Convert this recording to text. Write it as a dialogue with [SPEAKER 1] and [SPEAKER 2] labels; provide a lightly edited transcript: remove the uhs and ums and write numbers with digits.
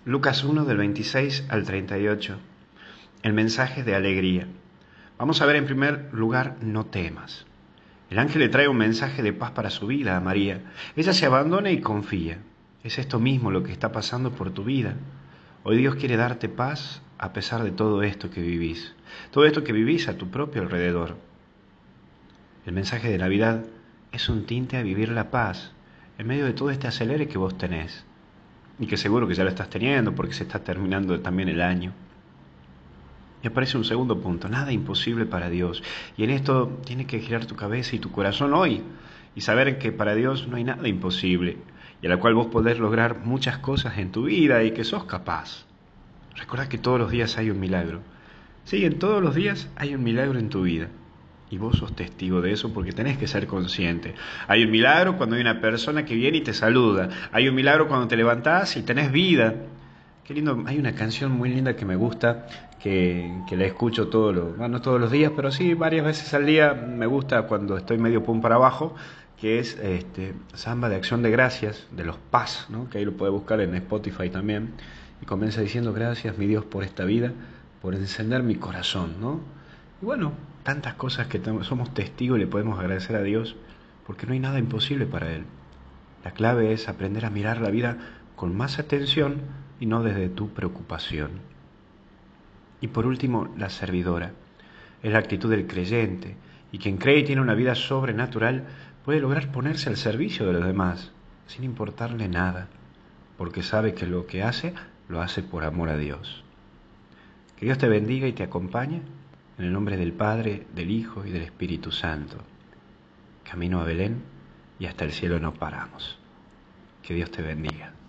[SPEAKER 1] Lucas 1 del 26 al 38. El mensaje de alegría. Vamos a ver en primer lugar, no temas. El ángel le trae un mensaje de paz para su vida a María. Ella se abandona y confía. Es esto mismo lo que está pasando por tu vida. Hoy Dios quiere darte paz a pesar de todo esto que vivís. Todo esto que vivís a tu propio alrededor. El mensaje de Navidad es un tinte a vivir la paz en medio de todo este acelere que vos tenés. Y que seguro que ya lo estás teniendo porque se está terminando también el año. Y aparece un segundo punto, nada imposible para Dios. Y en esto tienes que girar tu cabeza y tu corazón hoy y saber que para Dios no hay nada imposible y a la cual vos podés lograr muchas cosas en tu vida y que sos capaz. Recordá que todos los días hay un milagro. Sí, en todos los días hay un milagro en tu vida. Y vos sos testigo de eso porque tenés que ser consciente. Hay un milagro cuando hay una persona que viene y te saluda. Hay un milagro cuando te levantás y tenés vida. Qué lindo, hay una canción muy linda que me gusta, que la escucho no todos los días, pero sí varias veces al día. Me gusta cuando estoy medio pum para abajo, que es Samba de Acción de Gracias, de los Paz, ¿no? Que ahí lo puede buscar en Spotify también. Y comienza diciendo: gracias, mi Dios, por esta vida, por encender mi corazón, ¿no? Y bueno, tantas cosas que somos testigos y le podemos agradecer a Dios, porque no hay nada imposible para Él. La clave es aprender a mirar la vida con más atención y no desde tu preocupación. Y por último, la servidora. Es la actitud del creyente, y quien cree y tiene una vida sobrenatural puede lograr ponerse al servicio de los demás, sin importarle nada, porque sabe que lo que hace, lo hace por amor a Dios. Que Dios te bendiga y te acompañe, en el nombre del Padre, del Hijo y del Espíritu Santo. Camino a Belén y hasta el cielo no paramos. Que Dios te bendiga.